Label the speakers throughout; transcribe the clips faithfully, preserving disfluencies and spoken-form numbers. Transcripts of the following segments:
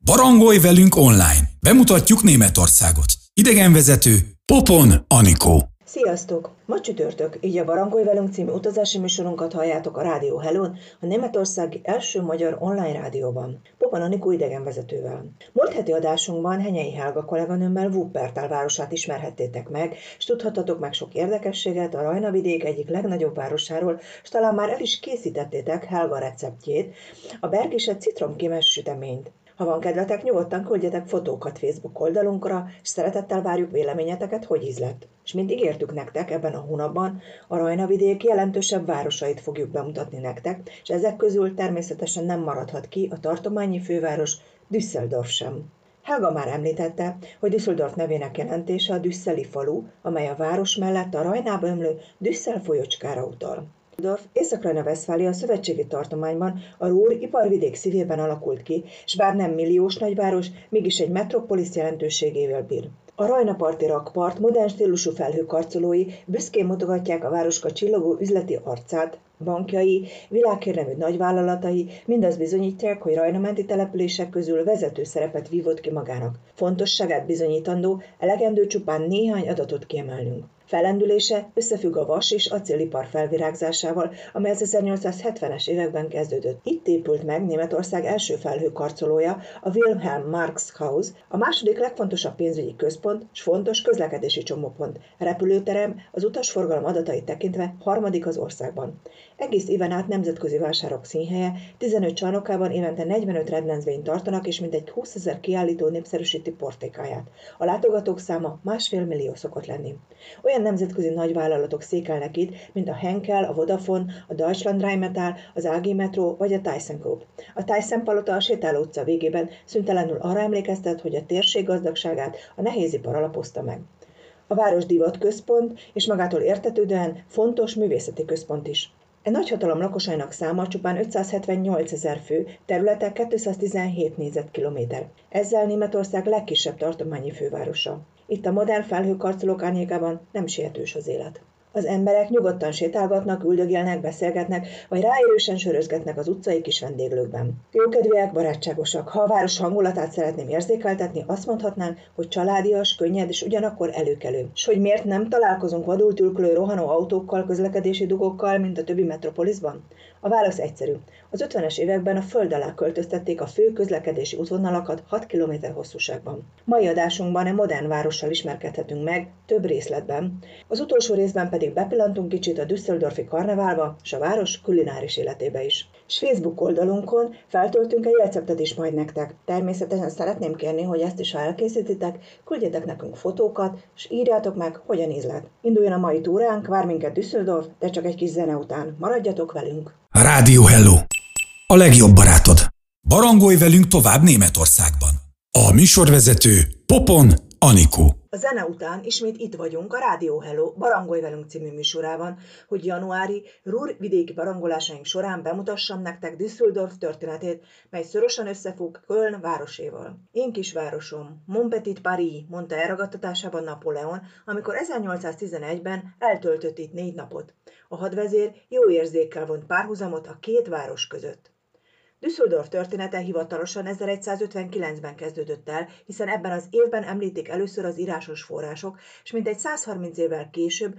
Speaker 1: Barangolj velünk online! Bemutatjuk Németországot. Idegenvezető Popon Anikó.
Speaker 2: Sziasztok! Ma csütörtök, így a Barangolj velünk című utazási műsorunkat halljátok a Rádió Hellón, a Németországi első magyar online rádióban. Popon Anikó idegenvezetővel. Múlt heti adásunkban Henyei Helga kolléganőmmel Wuppertal városát ismerhettétek meg, és tudhatatok meg sok érdekességet a Rajna-vidék egyik legnagyobb városáról, és talán már el is készítettétek Helga receptjét, a bergische citromkémes süteményt. Ha van kedvetek, nyugodtan küldjetek fotókat Facebook oldalunkra, és szeretettel várjuk véleményeteket, hogy ízlett. És mint ígértük nektek, ebben a hónapban a Rajna-vidék jelentősebb városait fogjuk bemutatni nektek, és ezek közül természetesen nem maradhat ki a tartományi főváros Düsseldorf sem. Helga már említette, hogy Düsseldorf nevének jelentése a düsszeli falu, amely a város mellett a Rajnába ömlő Düssel folyócskára utal. Düsseldorf Észak-Rajna-Westfália szövetségi tartományban, a Ruhr iparvidék szívében alakult ki, s bár nem milliós nagyváros, mégis egy metropolisz jelentőségével bír. A Rajna-parti rakpart modern stílusú felhőkarcolói büszkén mutogatják a városka csillogó üzleti arcát, bankjai, világhírnevű nagyvállalatai mindaz bizonyítják, hogy rajnamenti települések közül vezető szerepet vívott ki magának. Fontosságát bizonyítandó, elegendő csupán néhány adatot kiemelnünk. Fellendülése összefügg a vas- és acélipar felvirágzásával, amely az ezernyolcszázhetvenes években kezdődött. Itt épült meg Németország első felhőkarcolója, a Wilhelm Marx Haus, a második legfontosabb pénzügyi központ és fontos közlekedési csomópont. Repülőterem az utasforgalom adatait tekintve harmadik az országban. Egész éven át nemzetközi vásárok színhelye, tizenöt csarnokában évente negyvenöt rendezvényt tartanak, és mintegy húszezer kiállító népszerűsíti portékáját. A látogatók száma másfél millió szokott lenni. Olyan nemzetközi nagyvállalatok székelnek itt, mint a Henkel, a Vodafone, a Deutschland Rheinmetall, az á gé Metro vagy a ThyssenKrupp. A Thyssen palota a Sétáló utca végében szüntelenül arra emlékeztet, hogy a térség gazdagságát a nehézipar alapozta meg. A város divatközpont, és magától értetődően fontos művészeti központ is. E nagyhatalom lakosainak száma csupán ötszázhetvennyolcezer fő, területe kétszáztizenhét négyzetkilométer. Ezzel Németország legkisebb tartományi fővárosa. Itt a modern felhőkarcolók árnyékában nem sietős az élet. Az emberek nyugodtan sétálgatnak, üldögélnek, beszélgetnek, vagy ráérősen sörözgetnek az utcai kis vendéglőkben. Jókedvűek, barátságosak. Ha a város hangulatát szeretném érzékeltetni, azt mondhatnánk, hogy családias, könnyed és ugyanakkor előkelő. S hogy miért nem találkozunk vadul tülkölő rohanó autókkal, közlekedési dugókkal, mint a többi metropoliszban? A válasz egyszerű. Az ötvenes években a föld alá költöztették a fő közlekedési útvonalakat hat kilométer hosszúságban. Mai adásunkban egy modern várossal ismerkedhetünk meg, több részletben. Az utolsó részben pedig bepillantunk kicsit a düsseldorfi karneválba, és a város kulináris életébe is. S Facebook oldalunkon feltöltünk egy receptet is majd nektek. Természetesen szeretném kérni, hogy ezt is, ha elkészítitek, küldjetek nekünk fotókat, és írjátok meg, hogyan ízlet. Induljon a mai túránk, vár minket Düsseldorf, de csak egy kis zene után. Maradjatok velünk!
Speaker 1: Rádió Hello! A legjobb barátod! Barangolj velünk tovább Németországban! A műsorvezető Popon Anikó.
Speaker 2: A zene után ismét itt vagyunk a Rádió Hello Barangolj velünk című műsorában, hogy januári Ruhr vidéki barangolásaink során bemutassam nektek Düsseldorf történetét, mely szorosan összefügg Köln városéval. Én kisvárosom, Mon petit Paris, mondta elragadtatásában Napóleon, amikor ezernyolcszáztizenegyben eltöltött itt négy napot. A hadvezér jó érzékkel vont párhuzamot a két város között. Düsseldorf története hivatalosan ezeregyszázötvenkilencben kezdődött el, hiszen ebben az évben említik először az írásos források, és mintegy százharminc évvel később,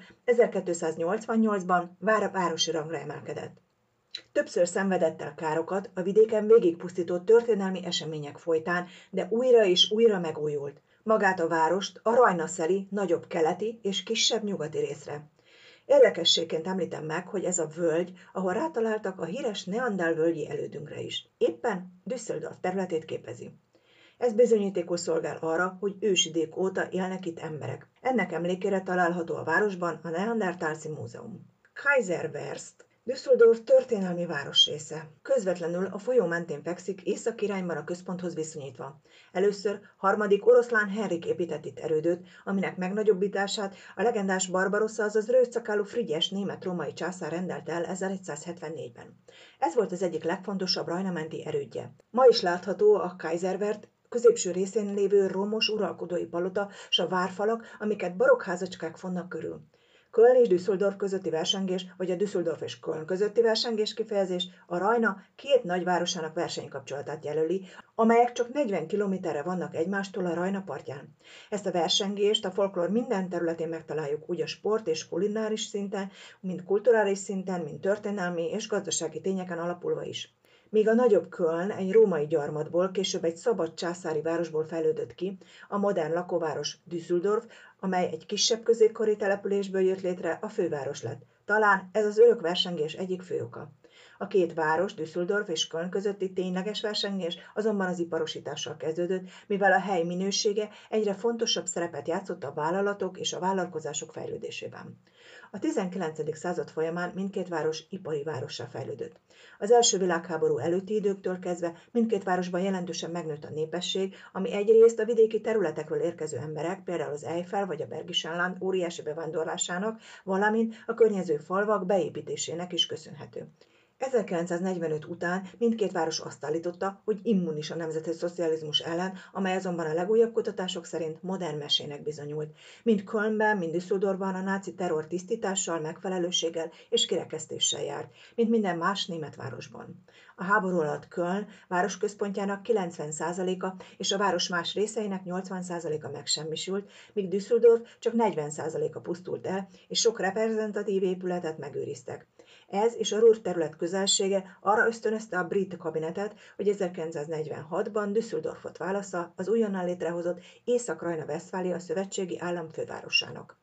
Speaker 2: ezerkétszáznyolcvannyolcban vára városi rangra emelkedett. Többször szenvedett el károkat a vidéken végigpusztított történelmi események folytán, de újra és újra megújult. Magát a várost a Rajna-szeli, nagyobb keleti és kisebb nyugati részre. Érdekességként említem meg, hogy ez a völgy, ahol rátaláltak a híres Neandál völgyi elődünkre is, éppen Düsseldorf területét képezi. Ez bizonyítékul szolgál arra, hogy ősidők óta élnek itt emberek. Ennek emlékére található a városban a Neandertálci Múzeum. Kaiserwerst, Düsseldorf történelmi városrésze. Közvetlenül a folyó mentén fekszik észak irányban a központhoz viszonyítva. Először harmadik oroszlán Henrik épített itt erődöt, aminek megnagyobbítását a legendás Barbarossa, azaz rövidszakálú Frigyes német-római császár rendelt el ezeregyszázhetvennégyben. Ez volt az egyik legfontosabb rajnamenti erődje. Ma is látható a Kaiserwerst középső részén lévő romos uralkodói palota s a várfalak, amiket barokk házacskák fonnak körül. Köln és Düsseldorf közötti versengés, vagy a Düsseldorf és Köln közötti versengés kifejezés a Rajna két nagyvárosának versenykapcsolatát jelöli, amelyek csak negyven kilométerre vannak egymástól a Rajna partján. Ezt a versengést a folklór minden területén megtaláljuk, úgy a sport és kulináris szinten, mind kulturális szinten, mind történelmi és gazdasági tényeken alapulva is. Míg a nagyobb Köln egy római gyarmatból, később egy szabad császári városból fejlődött ki, a modern lakóváros Düsseldorf, amely egy kisebb középkori településből jött létre, a főváros lett. Talán ez az örök versengés egyik fő oka. A két város, Düsseldorf és Köln közötti tényleges versengés azonban az iparosítással kezdődött, mivel a hely minősége egyre fontosabb szerepet játszott a vállalatok és a vállalkozások fejlődésében. A tizenkilencedik század folyamán mindkét város ipari várossá fejlődött. Az első világháború előtti időktől kezdve mindkét városban jelentősen megnőtt a népesség, ami egyrészt a vidéki területekről érkező emberek, például az Eiffel vagy a Bergischenland óriási bevándorlásának, valamint a környező falvak beépítésének is köszönhető. ezerkilencszáznegyvenöt után mindkét város azt állította, hogy immunis a nemzeti szocializmus ellen, amely azonban a legújabb kutatások szerint modern mesének bizonyult. Mind Kölnben, mind Düsseldorfban a náci terror tisztítással, megfelelősséggel és kirekesztéssel járt, mint minden más német városban. A háború alatt Köln városközpontjának kilencven százaléka és a város más részeinek nyolcvan százaléka megsemmisült, míg Düsseldorf csak negyven százaléka pusztult el, és sok reprezentatív épületet megőriztek. Ez és a Ruhr terület közelsége arra ösztönözte a brit kabinetet, hogy ezerkilencszáznegyvenhatban Düsseldorfot válassza az újonnan létrehozott Észak-Rajna-Vesztfália szövetségi állam fővárosának.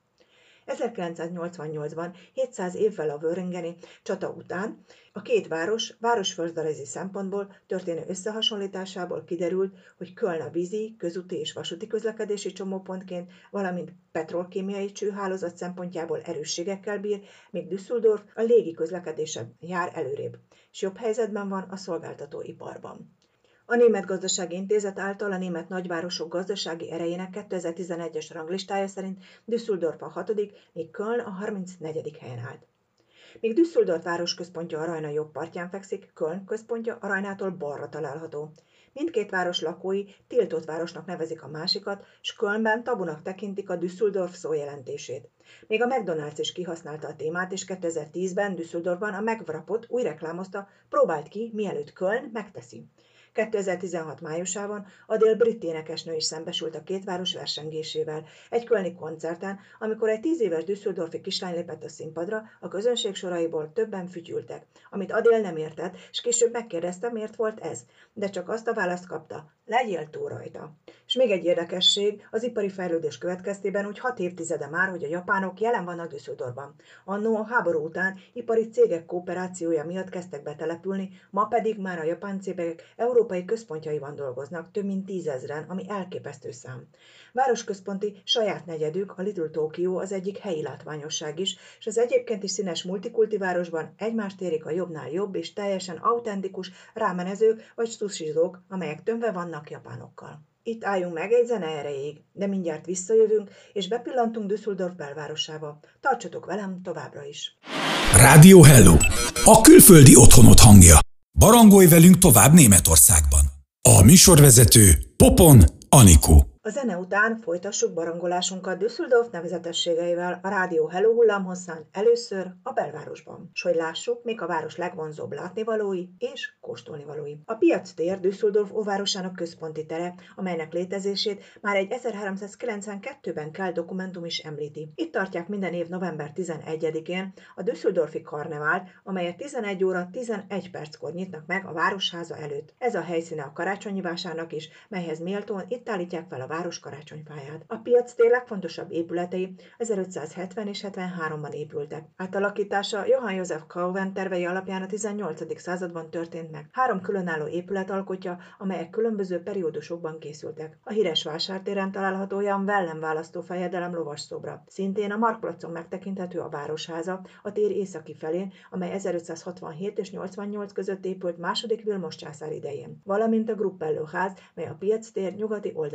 Speaker 2: ezerkilencszáznyolcvannyolcban, hétszáz évvel a Wöringeni csata után a két város városföldrajzi szempontból történő összehasonlításából kiderült, hogy Köln a vízi, közúti és vasúti közlekedési csomópontként, valamint petrolkémiai csőhálózat szempontjából erősségekkel bír, míg Düsseldorf a légi közlekedésen jár előrébb, és jobb helyzetben van a szolgáltatóiparban. A Német Gazdasági Intézet által a német nagyvárosok gazdasági erejének kétezer-tizenegyes ranglistája szerint Düsseldorf a hatodik, míg Köln a harmincnegyedik helyen állt. Míg Düsseldorf városközpontja a Rajna jobb partján fekszik, Köln központja a Rajnától balra található. Mindkét város lakói tiltott városnak nevezik a másikat, s Kölnben tabunak tekintik a Düsseldorf szó jelentését. Még a McDonald's is kihasználta a témát, és kétezer-tízben Düsseldorfban a McWrapot úgy reklámozta, próbáld ki, mielőtt Köln megteszi. kétezer-tizenhat májusában Adele brit énekesnő is szembesült a két város versengésével. Egy kölni koncerten, amikor egy tíz éves düsseldorfi kislány lépett a színpadra, a közönség soraiból többen fütyültek, amit Adele nem értett, és később megkérdezte, miért volt ez, de csak azt a választ kapta: legyél túl rajta. És még egy érdekesség, az ipari fejlődés következtében úgy hat évtizede már, hogy a japánok jelen vannak Düsseldorfban. Annó a háború után ipari cégek kooperációja miatt kezdtek betelepülni, ma pedig már a japán cégek európai központjaiban dolgoznak, több mint tízezren, ami elképesztő szám. Városközponti saját negyedük, a Little Tokyo az egyik helyi látványosság is, és az egyébként is színes multikulti városban egymást érik a jobbnál jobb és teljesen autentikus rámenezők vagy sushizók, amelyek tömve vannak japánokkal. Itt álljunk meg egy zene erejéig, de mindjárt visszajövünk, és bepillantunk Düsseldorf belvárosába. Tartsatok velem továbbra is!
Speaker 1: Rádió Hello! A külföldi otthonot hangja. Barangolj velünk tovább Németországban. A műsorvezető Popon Anikó.
Speaker 2: A zene után folytassuk barangolásunkat Düsseldorf nevezetességeivel a Rádió Hello hullámhosszán, először a belvárosban. S hogy lássuk, mik a város legvonzóbb látnivalói és kóstolnivalói. A Piac tér Düsseldorf óvárosának központi tere, amelynek létezését már egy ezerháromszázkilencvenkettőben kelt dokumentum is említi. Itt tartják minden év november tizenegyedikén a Düsseldorfi karnevált, amelyet tizenegy óra tizenegy perckor nyitnak meg a városháza előtt. Ez a helyszíne a karácsonyi vásárnak is, melyhez méltóan itt állítják fel a város karácsonyfáját. A Piac tér legfontosabb épületei ezerötszázhetven és hetvenháromban épültek. Átalakítása Johann Joseph Kauven tervei alapján a tizennyolcadik században történt meg. Három különálló épület alkotja, amelyek különböző periódusokban készültek. A híres vásártéren található Jan Wellen választófejedelem lovasszobra. Szintén a Marktplatson megtekinthető a városháza a tér északi felén, amely ezerötszázhatvanhét és nyolcvannyolc között épült második Vilmos császár idején, valamint a Gruppello ház, mely a Piac tér nyugati oldalán található.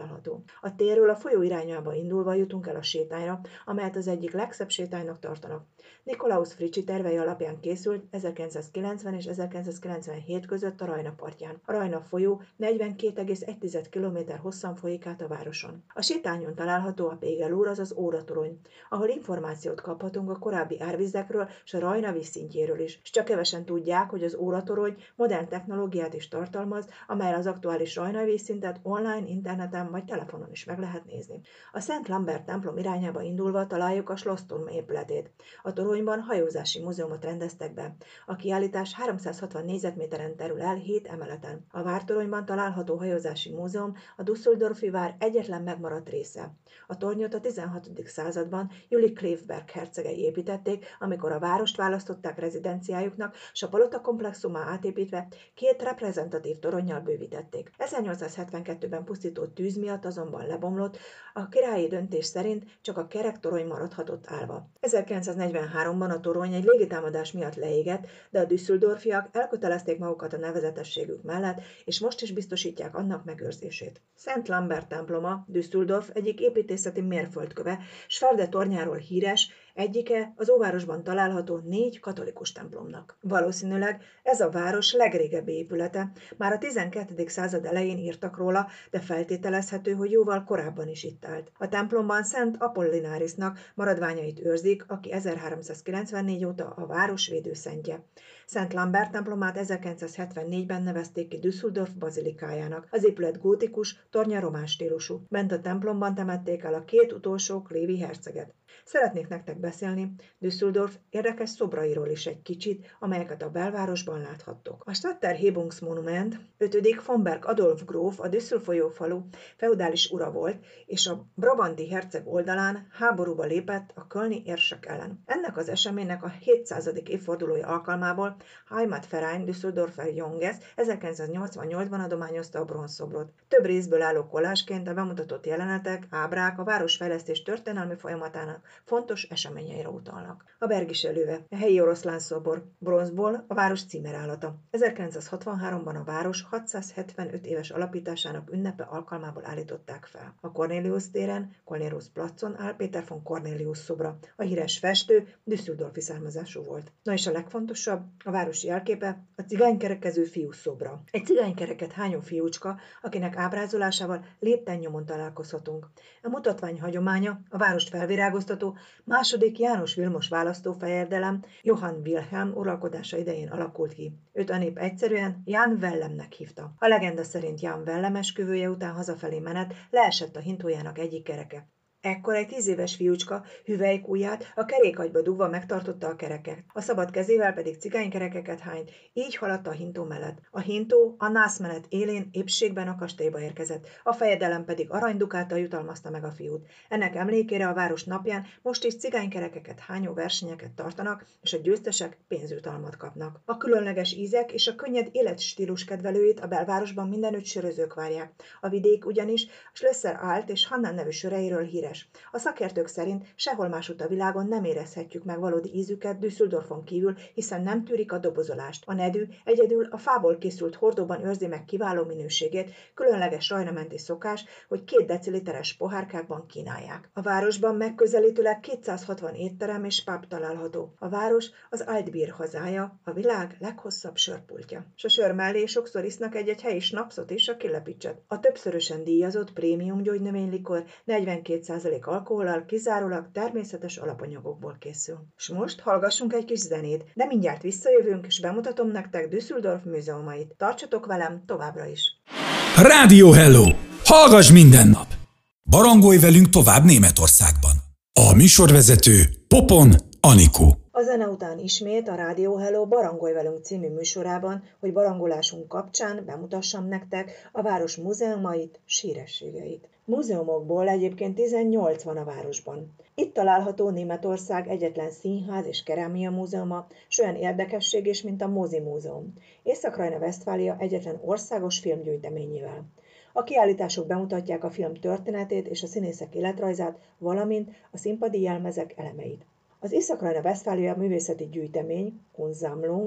Speaker 2: található. A térről a folyó irányába indulva jutunk el a sétányra, amelyet az egyik legszebb sétánynak tartanak. Nikolaus Fricsi tervei alapján készült ezerkilencszázkilencven és ezerkilencszázkilencvenhét között a Rajna partján. A Rajna folyó negyvenkét egész egy kilométer hosszan folyik át a városon. A sétányon található a Pégelúr, azaz óratorony, ahol információt kaphatunk a korábbi árvizekről és a Rajna vízszintjéről is. És csak kevesen tudják, hogy az óratorony modern technológiát is tartalmaz, amelyel az aktuális Rajna vízszintet online, interneten vagy telefonon is meg lehet nézni. A Szent Lambert templom irányába indulva találjuk a Schlossturm épületét. A toronyban hajózási múzeumot rendeztek be. A kiállítás háromszázhatvan négyzetméteren terül el hét emeleten. A vártoronyban található hajózási múzeum a Düsseldorfi vár egyetlen megmaradt része. A tornyot a tizenhatodik században Juli Kleefberg hercegei építették, amikor a várost választották rezidenciájuknak, és a palota komplexumá átépítve két reprezentatív toronnyal bővítették. ezernyolcszázhetvenkettőben pusztító tűz miatt azonban lebomlott, a királyi döntés szerint csak a kerek torony maradhatott állva. ezerkilencszáznegyvenháromban a torony egy légitámadás miatt leégett, de a düsseldorfiak elkötelezték magukat a nevezetességük mellett, és most is biztosítják annak megőrzését. Szent Lambert temploma Düsseldorf egyik építészeti mérföldköve, s Felde tornyáról híres, egyike az óvárosban található négy katolikus templomnak. Valószínűleg ez a város legrégebbi épülete, már a tizenkettedik század elején írtak róla, de feltételezhető, hogy jóval korábban is itt állt. A templomban Szent Apollinarisnak maradványait őrzik, aki ezerháromszázkilencvennégy óta a város védőszentje. Szent Lambert templomát ezerkilencszázhetvennégyben nevezték ki Düsseldorf bazilikájának. Az épület gótikus, tornya román stílusú. Bent a templomban temették el a két utolsó klévi herceget. Szeretnék nektek beszélni Düsseldorf érdekes szobrairól is egy kicsit, amelyeket a belvárosban láthattok. A Stadterhebungsmonument ötödik von Berg Adolf gróf a Düssel folyó falu feudális ura volt, és a brabanti herceg oldalán háborúba lépett a kölni érsek ellen. Ennek az eseménynek a hétszázadik évfordulója alkalmából Heimatverein Düsseldorfer Junges ezerkilencszáznyolcvannyolcban adományozta a bronzszobrot. Több részből álló kollázsként a bemutatott jelenetek, ábrák a városfejlesztés történelmi folyamatának fontos eseményeire utalnak. A Bergis előve, a helyi oroszlán szobor, bronzból a város címerállata. ezerkilencszázhatvanháromban a város hatszázhetvenöt éves alapításának ünnepe alkalmából állították fel. A Cornelius téren, Cornelius Platzon áll Péter von Cornelius szobra. A híres festő düsseldorfi származású volt. Na és a legfontosabb, a városi jelképe, a cigánykerekező fiú szobra. Egy cigánykereket hányó fiúcska, akinek ábrázolásával lépten-nyomon találkozhatunk. A mutatvány hagyománya a várost felvirágoztató második János Vilmos választófejedelem Johann Wilhelm uralkodása idején alakult ki. Őt a nép egyszerűen Jan Wellemnek hívta. A legenda szerint Jan Wellem esküvője után hazafelé menet leesett a hintójának egyik kereke. Ekkor egy tíz éves fiúcska hüvelykujját a kerékagyba dugva megtartotta a kereket, a szabad kezével pedig cigánykerekeket hányt, így haladt a hintó mellett. A hintó a nászmenet élén épségben a kastélyba érkezett, a fejedelem pedig aranydukáttal jutalmazta meg a fiút. Ennek emlékére a város napján most is cigánykerekeket hányó versenyeket tartanak, és a győztesek pénzjutalmat kapnak. A különleges ízek és a könnyed életstílus kedvelőit a belvárosban mindenütt sörözők várják. A vidék ugyanis Schlösser Alt és Hanna nevű söreiről híres. A szakértők szerint sehol másutt a világon nem érezhetjük meg valódi ízüket Düsseldorfon kívül, hiszen nem tűrik a dobozolást. A nedű egyedül a fából készült hordóban őrzi meg kiváló minőségét, különleges rajnamenti szokás, hogy két deciliteres pohárkákban kínálják. A városban megközelítőleg kétszázhatvan étterem és pub található. A város az Altbier hazája, a világ leghosszabb sörpultja. És a sör mellé sokszor isznak egy-egy helyi snapszot is, a kilepicset. A többszörösen díjazott prémium gyógynövénylikor negyvenkét százalék alkohollal kizárólag természetes alapanyagokból készül. És most hallgassunk egy kis zenét, de mindjárt visszajövünk, és bemutatom nektek Düsseldorf múzeumait. Tartsatok velem továbbra is!
Speaker 1: Rádió Hello! Hallgass minden nap! Barangolj velünk tovább Németországban! A műsorvezető Popon Anikó.
Speaker 2: A zene után ismét a Rádió Hello Barangolj velünk című műsorában, hogy barangolásunk kapcsán bemutassam nektek a város múzeumait, sírességeit. Múzeumokból egyébként tizennyolc van a városban. Itt található Németország egyetlen színház és kerámia múzeuma, s olyan érdekesség is, mint a Mozi Múzeum. Észak-Rajna-Vesztfália egyetlen országos filmgyűjteményével. A kiállítások bemutatják a film történetét és a színészek életrajzát, valamint a színpadi jelmezek elemeit. Az Észak-Rajna-Vesztfália művészeti gyűjtemény, Kunstsammlung,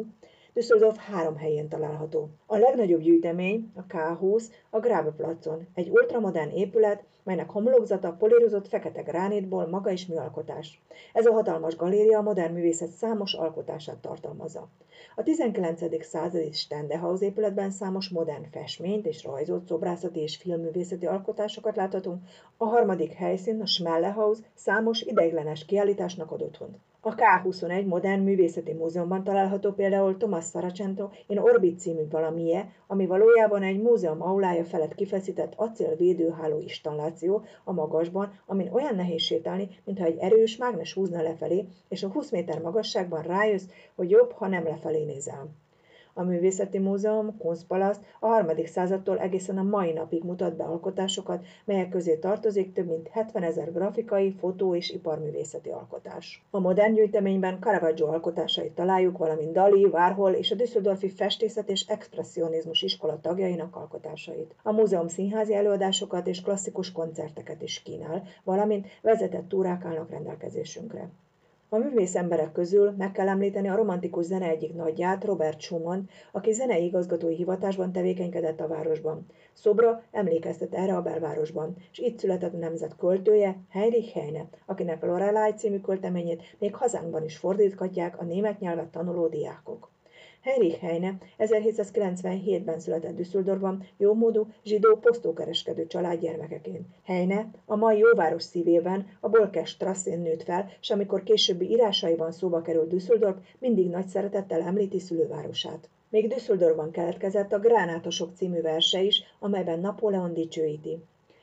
Speaker 2: Düsseldorf három helyén található. A legnagyobb gyűjtemény, a ká húsz, a Grabeplatzon, egy ultramodern épület, melynek homlokzata polírozott fekete gránitból maga is műalkotás. Ez a hatalmas galéria a modern művészet számos alkotását tartalmazza. A tizenkilencedik századi Ständehaus épületben számos modern festményt és rajzot, szobrászati és filmművészeti alkotásokat láthatunk, a harmadik helyszín, a Schmellehaus számos ideiglenes kiállításnak ad otthont. A ká huszonegy modern művészeti múzeumban található például Thomas Saracento in Orbit című valamije, ami valójában egy múzeum aulája felett kifeszített acélvédőháló installáció a magasban, amin olyan nehéz sétálni, mintha egy erős mágnes húzna lefelé, és a húsz méter magasságban rájössz, hogy jobb, ha nem lefelé nézel. A Művészeti Múzeum, Kunstpalast a harmadik századtól egészen a mai napig mutat be alkotásokat, melyek közé tartozik több mint hetvenezer grafikai, fotó- és iparművészeti alkotás. A modern gyűjteményben Caravaggio alkotásait találjuk, valamint Dali, Warhol és a Düsseldorfi festészet és expresszionizmus iskola tagjainak alkotásait. A múzeum színházi előadásokat és klasszikus koncerteket is kínál, valamint vezetett túrák állnak rendelkezésünkre. A művész emberek közül meg kell említeni a romantikus zene egyik nagyját, Robert Schumann, aki zenei igazgatói hivatásban tevékenykedett a városban. Szobra emlékeztet erre a belvárosban, és itt született a nemzet költője, Heinrich Heine, akinek Lorelei című költeményét még hazánkban is fordítgatják a német nyelvet tanuló diákok. Heinrich Heine ezerhétszázkilencvenhétben született Düsseldorfban jómódú zsidó posztókereskedő család gyermekeként. Heine a mai jóváros szívében, a Bolkestrasszén nőtt fel, és amikor későbbi írásaiban szóba került Düsseldorf, mindig nagy szeretettel említi szülővárosát. Még Düsseldorfban keletkezett a Gránátosok című verse is, amelyben Napóleon dicsőíti.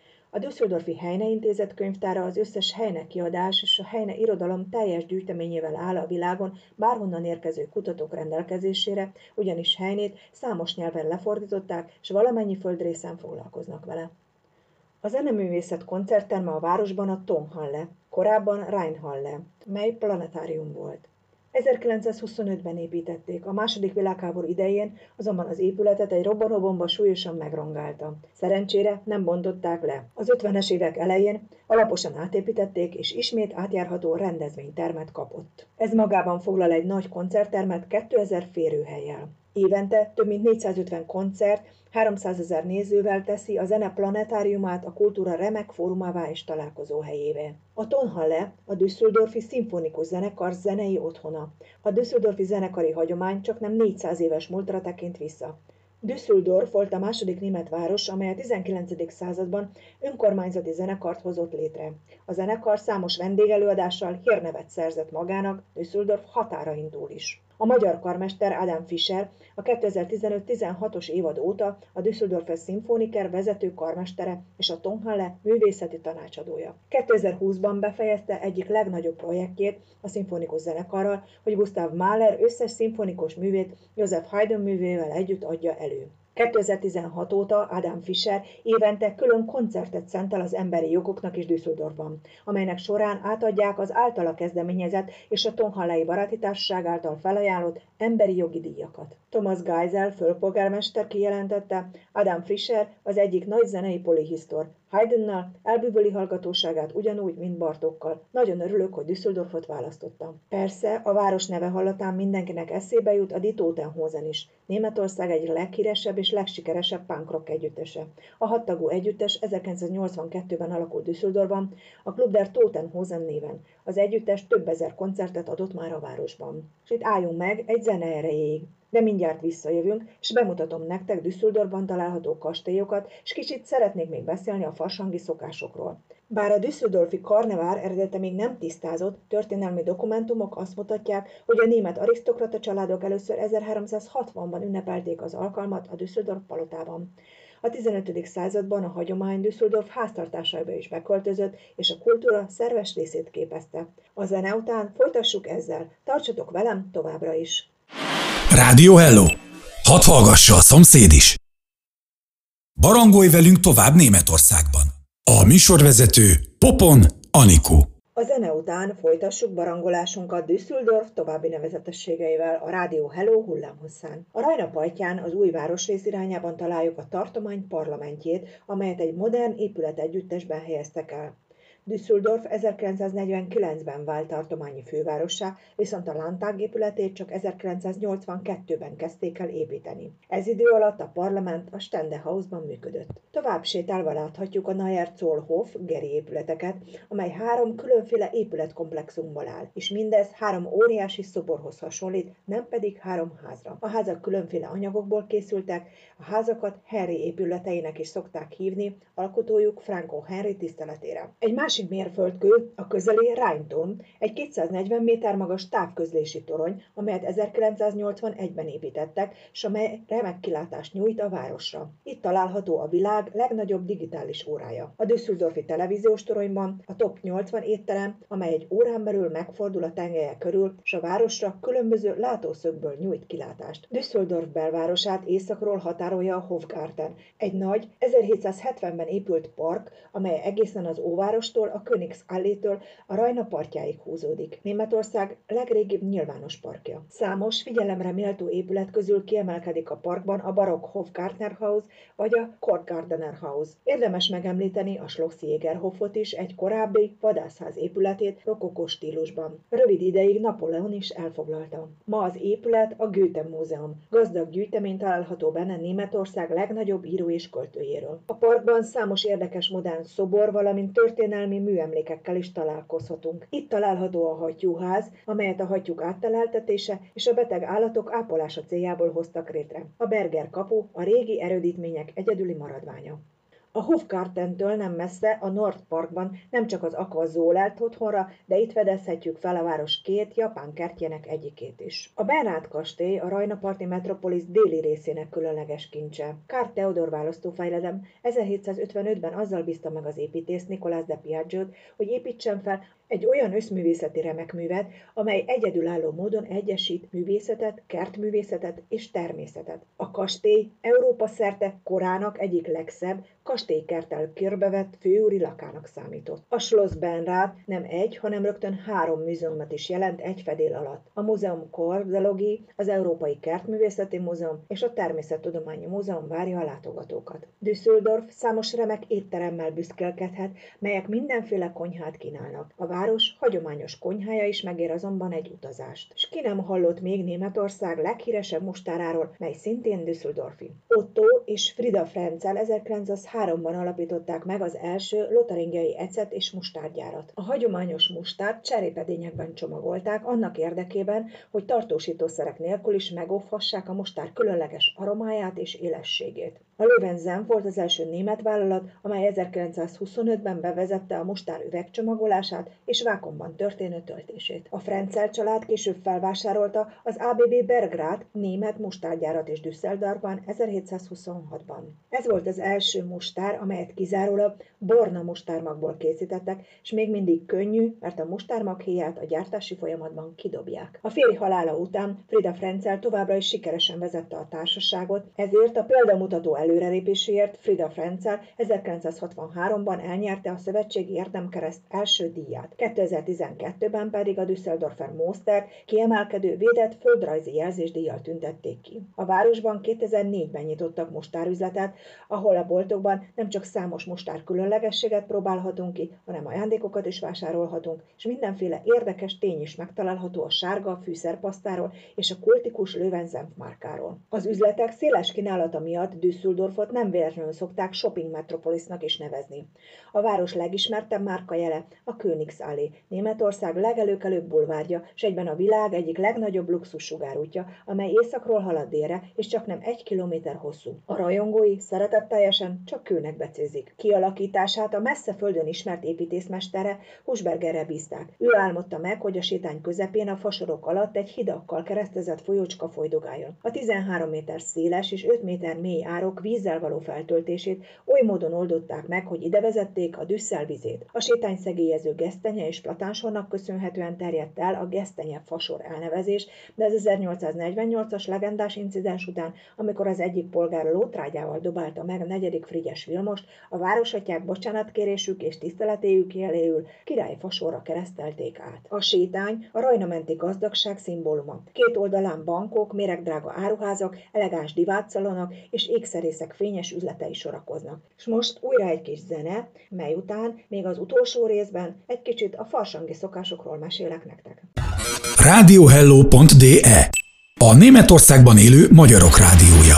Speaker 2: A Düsseldorfi Heine Intézet könyvtára az összes Heine kiadás és a Heine irodalom teljes gyűjteményével áll a világon bárhonnan érkező kutatók rendelkezésére, ugyanis Heinét számos nyelven lefordították, és valamennyi földrészen foglalkoznak vele. A zeneművészet koncertterme a városban a Tonhalle, korábban Rheinhalle, mely planetárium volt. ezerkilencszázhuszonötben építették, a második világháború idején azonban az épületet egy robbanóbomba súlyosan megrongálta. Szerencsére nem bontották le. Az ötvenes évek elején alaposan átépítették, és ismét átjárható rendezvénytermet kapott. Ez magában foglal egy nagy koncerttermet kétezer férőhellyel. Évente több mint négyszázötven koncert, háromszázezer nézővel teszi a zene planetáriumát a kultúra remek fórumává és találkozóhelyévé. A Tonhalle a Düsseldorfi Szimfonikus Zenekar zenei otthona. A düsseldorfi zenekari hagyomány csaknem négyszáz éves múltra tekint vissza. Düsseldorf volt a második német város, amely a tizenkilencedik században önkormányzati zenekart hozott létre. A zenekar számos vendégelőadással hírnevet szerzett magának Düsseldorf határain túl is. A magyar karmester Adam Fischer a kétezer-tizenöt-tizenhatos évad óta a Düsseldorfer Szimfoniker vezető karmestere és a Tonhalle művészeti tanácsadója. kétezer-húszban befejezte egyik legnagyobb projektjét a szimfonikus zenekarral, hogy Gustav Mahler összes szimfonikus művét Joseph Haydn művével együtt adja elő. kétezer-tizenhat óta Adam Fischer évente külön koncertet szentel az emberi jogoknak is Düsseldorfban, amelynek során átadják az általa kezdeményezett és a Tonhallei Baráti Társaság által felajánlott emberi jogi díjakat. Thomas Geisel főpolgármester kijelentette, Adam Fischer az egyik nagy zenei polihisztor. Haydnnal elbűvöli hallgatóságát ugyanúgy, mint Bartókkal. Nagyon örülök, hogy Düsseldorfot választottam. Persze, a város neve hallatán mindenkinek eszébe jut a Die Totenhosen is. Németország egyik leghíresebb és legsikeresebb punk rock együttese. A hattagú együttes ezerkilencszáznyolcvankettőben alakult Düsseldorfban, a Club der Totenhosen néven. Az együttes több ezer koncertet adott már a városban. És itt álljunk meg egy zene erejéig. De mindjárt visszajövünk, és bemutatom nektek Düsseldorfban található kastélyokat, és kicsit szeretnék még beszélni a farsangi szokásokról. Bár a düsseldorfi karnevár eredete még nem tisztázott, történelmi dokumentumok azt mutatják, hogy a német arisztokrata családok először ezerháromszázhatvanban ünnepelték az alkalmat a Düsseldorf palotában. A tizenötödik században a hagyomány Düsseldorf háztartásaiba is beköltözött, és a kultúra szerves részét képezte. A zene után folytassuk ezzel, tartsatok velem továbbra is!
Speaker 1: Rádió Hello! Hadd hallgassa a szomszéd is! Barangolj velünk tovább Németországban! A műsorvezető Popon Anikó.
Speaker 2: A zene után folytassuk barangolásunkat Düsseldorf további nevezetességeivel a Rádió Hello hullámhosszán. A Rajna partján az új városrész irányában találjuk a tartomány parlamentjét, amelyet egy modern épület együttesben helyeztek el. Düsseldorf ezerkilencszáznegyvenkilencben vált tartományi fővárossá, viszont a Landtag épületét csak ezerkilencszáznyolcvankettőben kezdték el építeni. Ez idő alatt a parlament a Ständehausban működött. Tovább sétálva láthatjuk a Neuer-Zollhof geri épületeket, amely három különféle épületkomplexumból áll, és mindez három óriási szoborhoz hasonlít, nem pedig három házra. A házak különféle anyagokból készültek, a házakat Henry épületeinek is szokták hívni, alkotójuk Franco Henry tiszteletére. Egy másik mérföldkő a közeli Rheinturm, egy kétszáznegyven méter magas távközlési torony, amelyet ezerkilencszáznyolcvanegyben építettek, és amely remek kilátást nyújt a városra. Itt található a világ legnagyobb digitális órája. A düsseldorfi televíziós toronyban a Top nyolcvan étterem, amely egy órán belül megfordul a tengelye körül, és a városra különböző látószögből nyújt kilátást. Düsseldorf belvárosát északról határolja a Hofgarten, egy nagy, ezerhétszázhetvenben épült park, amely egészen az óvárostól, a Königsallee-től a Rajna partjáig húzódik. Németország legrégibb nyilvános parkja. Számos figyelemre méltó épület közül kiemelkedik a parkban a barokk Hofgartnerhaus vagy a Kortgardenerhaus. Érdemes megemlíteni a Schloss-Jägerhofot is, egy korábbi vadászház épületét rokokó stílusban. Rövid ideig Napóleon is elfoglalta. Ma az épület a Goethe Múzeum. Gazdag gyűjtemény található benne Németország legnagyobb író és költőjéről. A parkban számos érdekes modern szobor, valamint történelmi műemlékekkel is találkozhatunk. Itt található a hattyúház, amelyet a hattyúk átteleltetése és a beteg állatok ápolása céljából hoztak létre. A Berger kapu a régi erődítmények egyedüli maradványa. A Hofgartentől nem messze a Nord Parkban nem csak az Aqua Zoo lelt otthonra, de itt fedezhetjük fel a város két japán kertjének egyikét is. A Bernát kastély a Rajna-parti metropolis déli részének különleges kincse. Karl Theodor választófejlesztő ezerhétszázötvenötben azzal bízta meg az építész Nicolas de Piaggio-t, hogy építsen fel egy olyan összművészeti remekművet, amely egyedülálló módon egyesít művészetet, kertművészetet és természetet. A kastély Európa szerte korának egyik legszebb, kastélykerttel körbevett főúri lakának számított. A Schloss Bernrad nem egy, hanem rögtön három múzeumot is jelent egy fedél alatt. A Múzeum Koordológiai, az Európai Kertművészeti Múzeum és a Természettudományi Múzeum várja a látogatókat. Düsseldorf számos remek étteremmel büszkélkedhet, melyek mindenféle konyhát kínálnak. A város hagyományos konyhája is megér azonban egy utazást. S ki nem hallott még Németország leghíresebb mustáráról, mely szintén düsseldorfi. Otto és Frida Frenzel ezerkilencszázháromban alapították meg az első lotaringiai ecet és mustárgyárat. A hagyományos mustárt cserépedényekben csomagolták annak érdekében, hogy tartósítószerek nélkül is megóvhassák a mustár különleges aromáját és élességét. A Löwensenf volt az első német vállalat, amely ezerkilencszázhuszonötben bevezette a mustár üvegcsomagolását és vákuumban történő töltését. A Frenzel család később felvásárolta az á bé bé Bergrád német mustárgyárat is Düsseldorfban ezerhétszázhuszonhatban. Ez volt az első mustár, amelyet kizárólag Borna mustármagból készítettek, és még mindig könnyű, mert a mustármag héját a gyártási folyamatban kidobják. A férj halála után Frida Frenzel továbbra is sikeresen vezette a társaságot, ezért a példamutató előrelépéséért Frida Frenzel ezerkilencszázhatvanháromban elnyerte a Szövetségi Érdemkereszt első díját. kétezer-tizenkettőben pedig a Düsseldorfer Mostert kiemelkedő védett földrajzi jelzésdíjjal tüntették ki. A városban kétezer-négyben nyitottak mustárüzletet, ahol a boltokban nem csak számos mustár különlegességet próbálhatunk ki, hanem ajándékokat is vásárolhatunk, és mindenféle érdekes tény is megtalálható a sárga fűszerpasztáról és a kultikus Löwensenf márkáról. Az üzletek széles kínálata miatt Düsseldorfot nem véletlenül szokták shopping metropolisnak is nevezni. A város legismertebb márkajele a Königsallee, Németország legelőkelőbb bulvárja, és egyben a világ egyik legnagyobb luxus sugárútja, amely északról halad délre, és csak nem egy kilométer hosszú. A rajongói szeretetteljesen csak kőnek becézik. Kialakítását a messze földön ismert építészmestere Husbergerre bízták. Ő álmodta meg, hogy a sétány közepén a fasorok alatt egy hidakkal keresztezett folyócska folydogáljon. A tizenhárom méter széles és öt méter mély árok vízzel való feltöltését oly módon oldották meg, hogy ide vezették a Düsszel vizét. A sétány szegélyező gesztenye és platánsornak köszönhetően terjedt el a gesztenye fasor elnevezés, de az ezernyolcszáznegyvennyolcas legendás incidens után, amikor az egyik polgár lótrágyával dobálta meg a negyedik Frigyes Vilmost, a városatyák bocsánatkérésük és tiszteletéjük jeléül királyfasorra keresztelték át. A sétány a rajnamenti gazdagság szimbóluma. Két oldalán bankok, méregdrága áruházak, elegáns divatszalonok és ékszerész művészek fényes üzletei sorakoznak. És most újra egy kis zene, mely után még az utolsó részben egy kicsit a farsangi szokásokról mesélek nektek.
Speaker 1: Radiohello pont de a Németországban élő magyarok rádiója.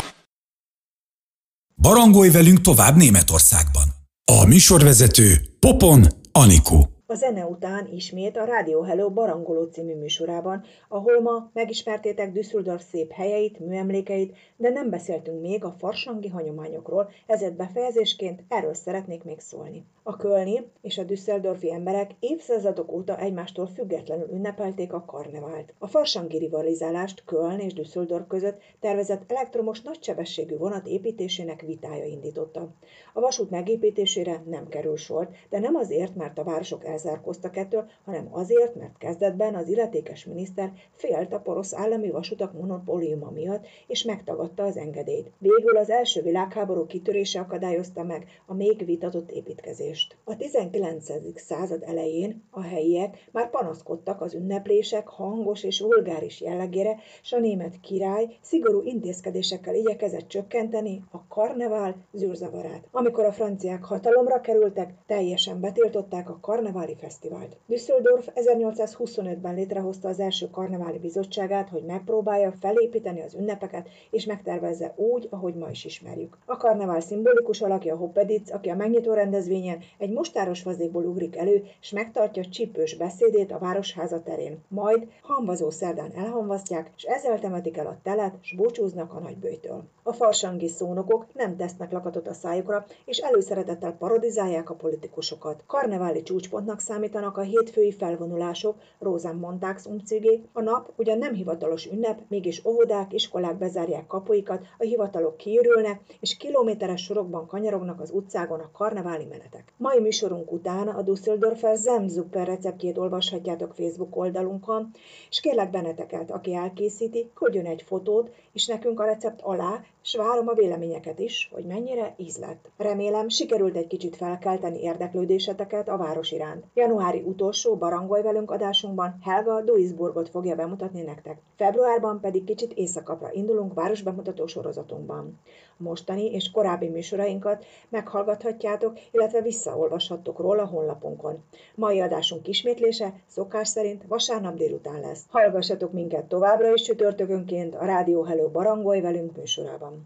Speaker 1: Barangolj velünk tovább Németországban. A műsorvezető Popon Anikó.
Speaker 2: A zene után ismét a Rádió Hello Barangoló című műsorában, ahol ma megismertétek Düsseldorf szép helyeit, műemlékeit, de nem beszéltünk még a farsangi hagyományokról, ezért befejezésként erről szeretnék még szólni. A kölni és a düsseldorfi emberek évszázadok óta egymástól függetlenül ünnepelték a karnevált. A farsangi rivalizálást Köln és Düsseldorf között tervezett elektromos nagysebességű vonat építésének vitája indította. A vasút megépítésére nem kerül sor, de nem azért, mert a városok elzárkóztak ettől, hanem azért, mert kezdetben az illetékes miniszter félt a porosz állami vasutak monopóliuma miatt, és megtagadta az engedélyt. Végül az első világháború kitörése akadályozta meg a még vitatott építkezést. A tizenkilencedik század elején a helyiek már panaszkodtak az ünneplések hangos és vulgáris jellegére, s a német király szigorú intézkedésekkel igyekezett csökkenteni a karnevál zűrzavarát. Amikor a franciák hatalomra kerültek, teljesen betiltották a karneváli fesztivált. Düsseldorf ezernyolcszázhuszonötben létrehozta az első karneváli bizottságát, hogy megpróbálja felépíteni az ünnepeket és megtervezze úgy, ahogy ma is ismerjük. A karnevál szimbolikus alakja Hoppeditz, aki a megnyitó rendezvényen egy mostáros fazékból ugrik elő, és megtartja csípős beszédét a városháza terén. Majd hamvazó szerdán elhamvasztják, és ezzel temetik el a telet, s búcsúznak a nagyböjtől. A farsangi szónokok nem tesznek lakatot a szájukra, és előszeretettel parodizálják a politikusokat. Karneváli csúcspontnak számítanak a hétfői felvonulások, Rosenmontagsumzüge. A nap ugyan nem hivatalos ünnep, mégis óvodák, iskolák bezárják kapuikat, a hivatalok kiürülnek, és kilométeres sorokban kanyarognak az utcágon a karneváli menetek. Mai műsorunk után a Düsseldorfer Semsuppe receptjét olvashatjátok Facebook oldalunkon, és kérlek benneteket, aki elkészíti, küldjön egy fotót, és nekünk a recept alá, s várom a véleményeket is, hogy mennyire ízlett. Remélem, sikerült egy kicsit felkelteni érdeklődéseteket a város iránt. Januári utolsó Barangolj velünk adásunkban Helga Duisburgot fogja bemutatni nektek. Februárban pedig kicsit északabbra indulunk városbemutató sorozatunkban. Mostani és korábbi műsorainkat meghallgathatjátok, illetve visszaolvashattok róla a honlapunkon. Mai adásunk ismétlése szokás szerint vasárnap délután lesz. Hallgassatok minket továbbra is csütörtökönként a Rádió Hello Barangolj velünk műsorában.